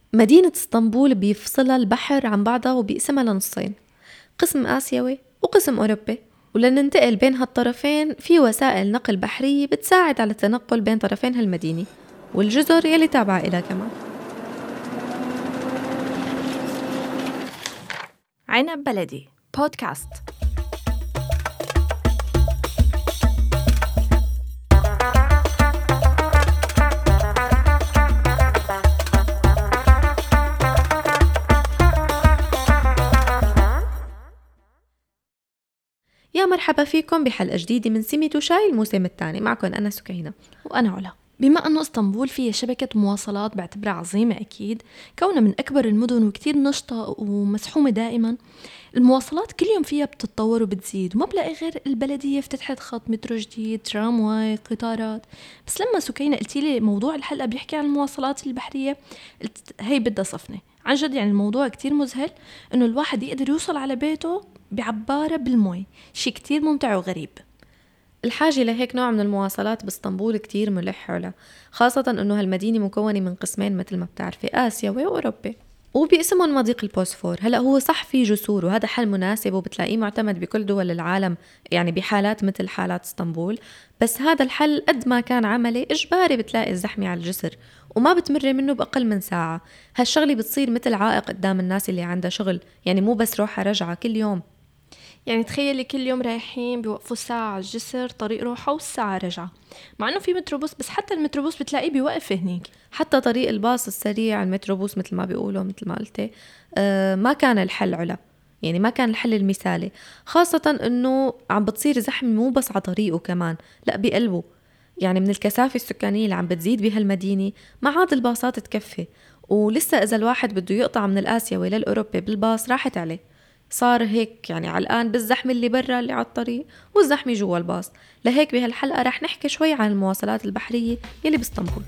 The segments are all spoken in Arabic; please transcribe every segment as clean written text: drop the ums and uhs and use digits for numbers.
مدينة اسطنبول بيفصلها البحر عن بعضها وبيقسمها لنصين، قسم آسيوي وقسم أوروبي، ولننتقل بين هالطرفين في وسائل نقل بحرية بتساعد على التنقل بين طرفين هالمدينة والجزر يلي تابعة إلها كمان. عنب بلدي بودكاست. يا مرحبا فيكم بحلقة جديدة من سميت وشاي الموسم الثاني. معكم أنا سكينة وأنا علا. بما أنه اسطنبول فيها شبكة مواصلات بعتبرها عظيمة أكيد، كونها من أكبر المدن وكتير نشطة ومزحومة دائما، المواصلات كل يوم فيها بتتطور وبتزيد، وما بلاقي غير البلدية فتحت خط مترو جديد، ترامواي، قطارات. بس لما سكينة قلتيلي موضوع الحلقة بيحكي عن المواصلات البحرية، قلت هي بدها صفنة عن جد. يعني الموضوع كتير مذهل إنه الواحد يقدر يوصل على بيته بعبارة بالمي، شيء كتير ممتع وغريب. الحاجة لهيك نوع من المواصلات باسطنبول كتير ملح علا، خاصة أنه هالمدينة مكونة من قسمين مثل ما بتعرفي، آسيوي وأوروبي، وبيقسمون مضيق البوسفور. هلأ هو صح في جسور وهذا حل مناسب وبتلاقيه معتمد بكل دول العالم، يعني بحالات مثل حالات اسطنبول، بس هذا الحل قد ما كان عملي إجباري بتلاقي الزحمة على الجسر وما بتمر منه بأقل من ساعة. هالشغلة بتصير مثل عائق قدام الناس اللي عندها شغل، يعني مو بس روحة رجعة كل يوم. يعني تخيلي كل يوم رايحين بيوقفوا الساعة على الجسر طريق روحة والساعة رجعة، مع انه في متروبوس، بس حتى المتروبوس بتلاقيه بيوقف هنيك. حتى طريق الباص السريع المتروبوس مثل ما بيقولوا مثل ما قلتي ما كان الحل علا، يعني ما كان الحل المثالي، خاصة انه عم بتصير زحمة مو بس على طريقه كمان، لا بقلبه. يعني من الكثافة السكانية اللي عم بتزيد بهالمدينة ما عاد الباصات تكفي، ولسه إذا الواحد بده يقطع من الآسيوي للأوروبي بالباص راحت عليه. صار هيك يعني علقان بالزحمة اللي برا اللي على الطريق والزحمة جوا الباص. لهيك بهالحلقة رح نحكي شوي عن المواصلات البحرية يلي باسطنبول.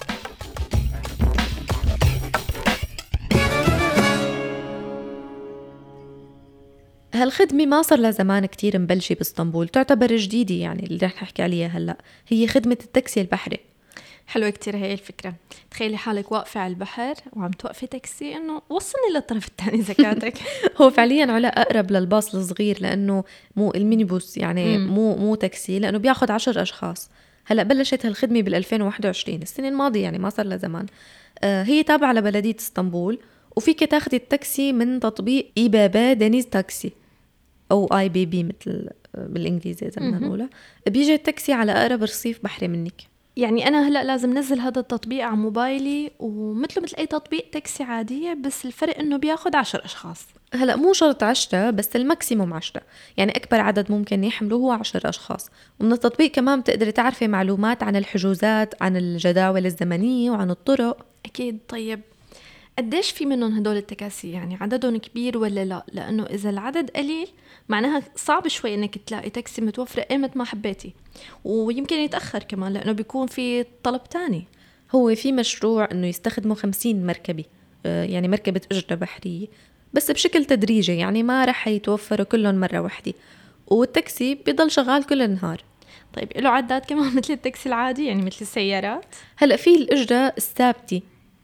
هالخدمة ما صار لها زمان كتير مبلشة باسطنبول، تعتبر جديدة يعني اللي رح نحكي عليها هلأ، هي خدمة التاكسي البحري. حلوة كتير هاي الفكرة. تخيلي حالك واقفة على البحر وعم توقفي تاكسي انه وصلني للطرف الثاني زكاتك. هو فعليا علا أقرب للباص الصغير، لأنه مو المينيبوس، يعني مو تاكسي، لأنه بياخد 10 أشخاص. هلأ بلشت هالخدمة بال2021 السنة الماضية، يعني ما صار لها زمان. هي تابعة لبلدية اسطنبول، وفيك تاخدي التاكسي من تطبيق إيبابا دينيز تاكسي أو آي بي بي مثل بالإنجليزي زي ما نقولها. بيجي التاكسي على أقرب رصيف بحري منك. يعني أنا هلأ لازم نزل هذا التطبيق على موبايلي ومثله مثل أي تطبيق تاكسي عادية، بس الفرق إنه بياخد 10 أشخاص. هلأ مو شرط 10، بس الماكسيموم 10، يعني أكبر عدد ممكن يحمله هو 10 أشخاص. ومن التطبيق كمان بتقدري تعرفي معلومات عن الحجوزات، عن الجداول الزمنية وعن الطرق. أكيد. طيب قديش في منهم هدول التكاسي؟ يعني عددهم كبير ولا لا؟ لأنه إذا العدد قليل معناها صعب شوي إنك تلاقي تاكسي متوفرة إيمت ما حبيتي، ويمكن يتأخر كمان لأنه بيكون في طلب تاني. هو في مشروع إنه يستخدموا 50 مركبة، يعني مركبة أجرة بحرية، بس بشكل تدريجي، يعني ما رح يتوفروا كلهم مرة واحدة، والتاكسي بيضل شغال كل النهار. طيب له عداد كمان مثل التاكسي العادي، يعني مثل السيارات؟ هلأ في الأجرة الثابتة،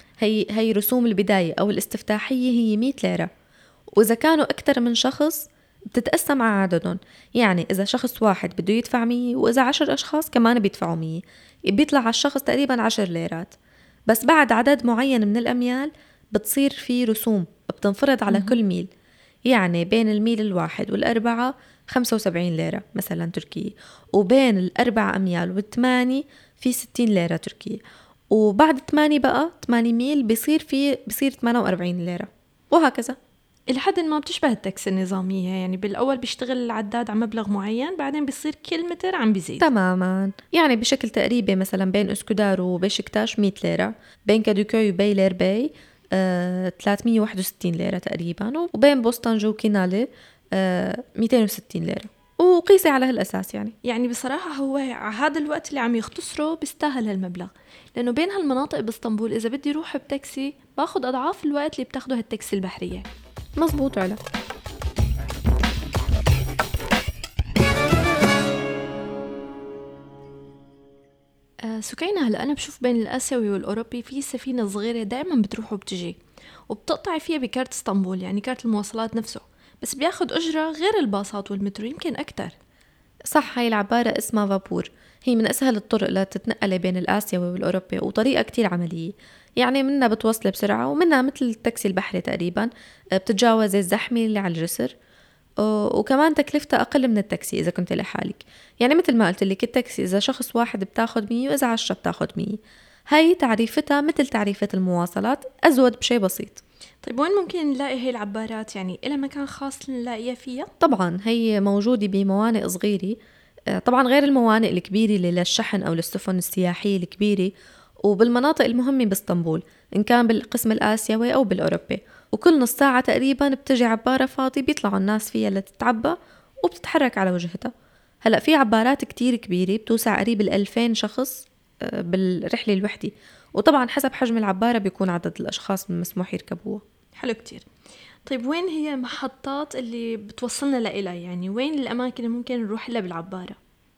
هي رسوم البداية أو الاستفتاحية هي 100 ليرة، وإذا كانوا أكتر من شخص بتتقسم على عددهم. يعني إذا شخص واحد بده يدفع 100، وإذا 10 أشخاص كمان بيدفعوا 100، بيطلع على الشخص تقريبا 10 ليرات. بس بعد عدد معين من الأميال بتصير في رسوم بتنفرض على كل ميل، يعني بين الميل الواحد والأربعة 75 ليرة مثلا تركية، وبين الأربع أميال والثماني في 60 ليرة تركية، وبعد 8 بقى 8 ميل بيصير 48 ليرة، وهكذا. إلى حد ما بتشبه التاكسي النظامية، يعني بالأول بيشتغل العداد على مبلغ معين، بعدين بيصير كل متر عم بيزيد. تماما، يعني بشكل تقريبي مثلا بين اسكودار وبشكتاش 100 ليرة، بين كادوكوي وبيلر باي 361 ليرة تقريبا، وبين بوسطنجو وكينالي 260 ليرة، وقيسي على هالأساس. يعني بصراحة هو هذا الوقت اللي عم يختصره بيستاهل هالمبلغ، لأنه بين هالمناطق باسطنبول إذا بدي روح بتاكسي باخد أضعاف الوقت اللي بتاخده هالتاكسي البحرية. مزبوط علا. سكينة، هلا أنا بشوف بين الآسيوي والأوروبي في سفينة صغيرة دائما بتروح وبتجي، وبتقطع فيها بكارت اسطنبول، يعني كارت المواصلات نفسه، بس بياخد أجرة غير الباصات والمترو، يمكن أكتر. صح، هاي العبارة اسمها فابور. هي من أسهل الطرق لتتنقل بين الآسيوي والأوروبي، وطريقة كتير عملية. يعني منها بتوصل بسرعة، ومنها مثل التاكسي البحري تقريبا، بتتجاوز الزحمة اللي على الجسر. وكمان تكلفتها أقل من التاكسي إذا كنت لحالك. يعني مثل ما قلت لك، التاكسي إذا شخص واحد بتاخد 100، وإذا 10 بتاخد 100. هاي تعريفتها مثل تعريفة المواصلات، أزود بشي بسيط. طيب وين ممكن نلاقي هي العبارات؟ يعني إلها مكان خاص نلاقيها فيها؟ طبعا هي موجودة بموانئ صغيرة، طبعا غير الموانئ الكبيرة اللي للشحن أو للسفن السياحية الكبيرة، وبالمناطق المهمة باسطنبول، إن كان بالقسم الآسيوي أو بالأوروبي. وكل نص ساعة تقريبا بتجي عبارة فاضية بيطلعوا الناس فيها لتتعبى وبتتحرك على وجهتها. هلأ في عبارات كتير كبيرة بتوسع قريب 2000 شخص بالرحلة الوحدة، وطبعا حسب حجم العبارة بيكون عدد الأشخاص المسموح يركبوها. حلو كتير. طيب وين هي المحطات اللي بتوصلنا لإلها؟ يعني وين الأماكن اللي ممكن نروح لها بالعبارة؟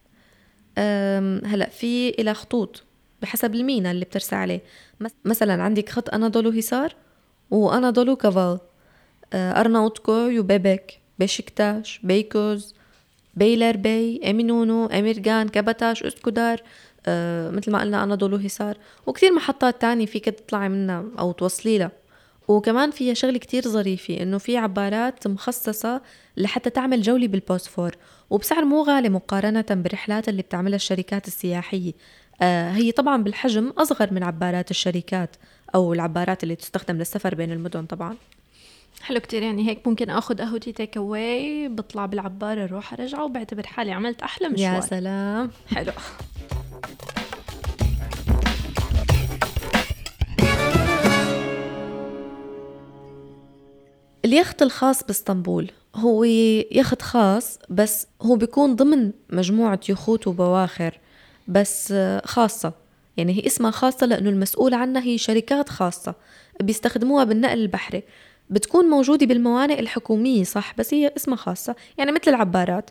هلأ في إلى خطوط بحسب المينا اللي بترسى عليه. مثلا عندك خط أناضولو هيسار، وأناضولو كافال، أرناوتكوي وبيبك، بشكتاش، بيكوز، بيلر بي، أمينونو، أميرغان، كاباتاش، أسكودار، مثل ما قلنا أناضولو هيسار. وكثير محطات تانية فيك تطلعي منها أو توصلي لها. وكمان فيها شغل كتير ظريفة، إنه في عبارات مخصصة لحتى تعمل جولة بالبوسفور، وبسعر مو غالي مقارنة برحلات اللي بتعملها الشركات السياحية. هي طبعا بالحجم أصغر من عبارات الشركات أو العبارات اللي تستخدم للسفر بين المدن طبعا. حلو كتير. يعني هيك ممكن أخذ قهوتي تيك أواي، بطلع بالعبارة، روح أرجع، وبعتبر حالي عملت أحلى مشوار. يا سلام، حلو. اليخت الخاص باسطنبول هو يخت خاص، بس هو بيكون ضمن مجموعة يخوت وبواخر بس خاصة. يعني هي اسمها خاصة لأنه المسؤول عنها هي شركات خاصة بيستخدموها بالنقل البحري. بتكون موجودة بالموانئ الحكومية صح، بس هي اسمها خاصة، يعني مثل العبارات.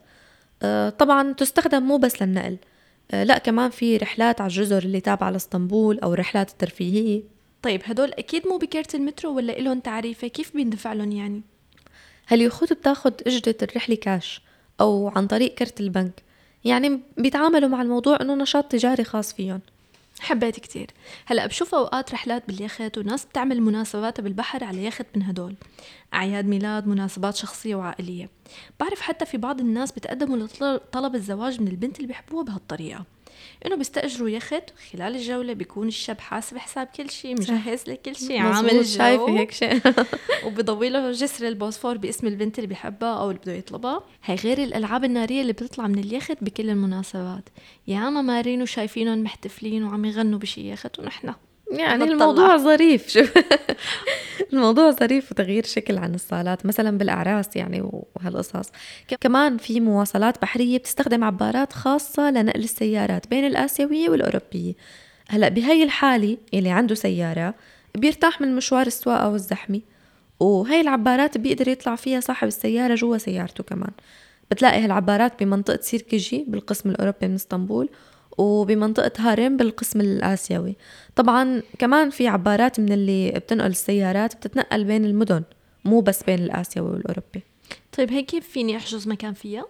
طبعا تستخدم مو بس للنقل، لا كمان في رحلات على الجزر اللي تابعة لاسطنبول أو رحلات الترفيهية. طيب هدول أكيد مو بكارت المترو ولا إلهم تعريفة؟ كيف بيندفع لهم يعني؟ هاليخوت بتاخد أجرة الرحلة كاش أو عن طريق كرت البنك. يعني بيتعاملوا مع الموضوع أنه نشاط تجاري خاص فيهم. حبيت كتير. هلأ بشوف أوقات رحلات باليخت، وناس بتعمل مناسبات بالبحر على يخت من هدول، أعياد ميلاد، مناسبات شخصية وعائلية. بعرف حتى في بعض الناس بتقدموا لطلب الزواج من البنت اللي بيحبوها بهالطريقة، إنه بيستأجروا يخت، خلال الجولة بيكون الشاب حاسب حساب كل شيء، مجهز لكل شيء، عامل جو، شايفة هيك شيء. وبيضوي له جسر البوسفور باسم البنت اللي بيحبها أو اللي بده يطلبها. هي غير الألعاب النارية اللي بتطلع من اليخت بكل المناسبات. يا مارين وشايفينهم محتفلين وعم يغنوا بشي يخت، ونحن يعني الموضوع ظريف. شوف الموضوع ظريف، وتغيير شكل عن الصالات مثلا بالأعراس يعني وهالقصص. كمان في مواصلات بحرية بتستخدم عبارات خاصة لنقل السيارات بين الآسيوية والأوروبية. هلأ بهاي الحالة اللي عنده سيارة بيرتاح من مشوار السواقة والزحمة، وهي العبارات بيقدر يطلع فيها صاحب السيارة جوا سيارته. كمان بتلاقي هالعبارات بمنطقة سيركيجي بالقسم الأوروبي من اسطنبول، وبمنطقة هارم بالقسم الآسيوي. طبعا كمان في عبارات من اللي بتنقل السيارات بتتنقل بين المدن، مو بس بين الآسيوي والأوروبي. طيب هيك كيف فيني أحجز مكان فيها؟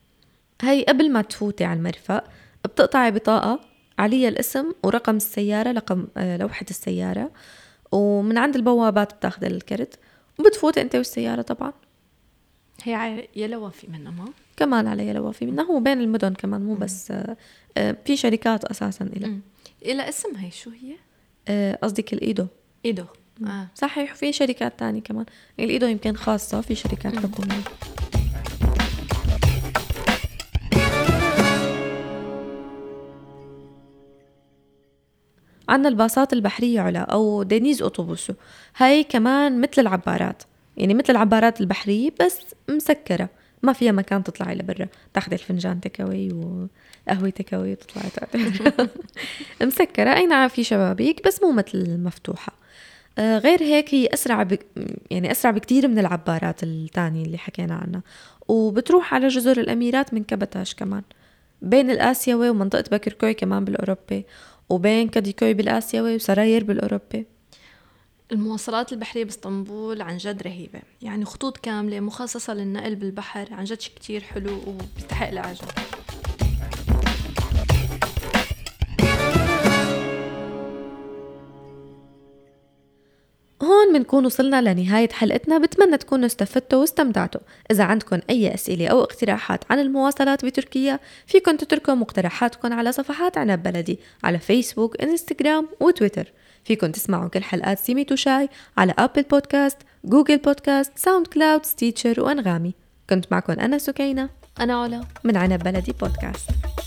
هي قبل ما تفوتي على المرفأ بتقطعي بطاقة عليها الاسم ورقم السيارة، رقم لوحة السيارة، ومن عند البوابات بتاخد الكرت وبتفوتي انت والسيارة. طبعا هي يلوافي منها ما؟ كمان على يلوافي منها، هو بين المدن كمان، مو بس في شركات أساسا إلى اسم. هي شو هي؟ قصدك الإيدو. إيدو. صحيح، في شركات تانية كمان. الإيدو يمكن خاصة، في شركات حكومية. عندنا الباصات البحرية علا أو دينيز أوتوبوسو. هاي كمان مثل العبارات، يعني مثل العبارات البحرية بس مسكرة، ما فيها مكان تطلعي لبرا تاخدي الفنجان تكوي وقهوة تكوي وتطلعي تقعدي. مسكرة، أي نعم في شبابيك بس مو مثل المفتوحة. غير هيك هي يعني أسرع بكتير من العبارات التانية اللي حكينا عنها، وبتروح على جزر الأميرات من كبتاش كمان بين الآسيوي ومنطقة بكركوي كمان بالأوروبي. وبين كاديكوي بالآسيوي وسراير بالأوروبي. المواصلات البحرية باسطنبول عن جد رهيبة، يعني خطوط كاملة مخصصة للنقل بالبحر، عن جد شيء كتير حلو وبيستحق الإعجاب. هون بنكون وصلنا لنهاية حلقتنا، بتمنى تكونوا استفدتوا واستمتعتوا. إذا عندكم أي أسئلة أو اقتراحات عن المواصلات بتركيا فيكن تتركوا مقترحاتكم على صفحات عنب بلدي على فيسبوك، انستغرام وتويتر. فيكن تسمعوا كل حلقات سيمي تو شاي على أبل بودكاست، جوجل بودكاست، ساوند كلاود، ستيتشر وأنغامي. كنت معكم أنا سكينة، أنا علا من عنب بلدي بودكاست.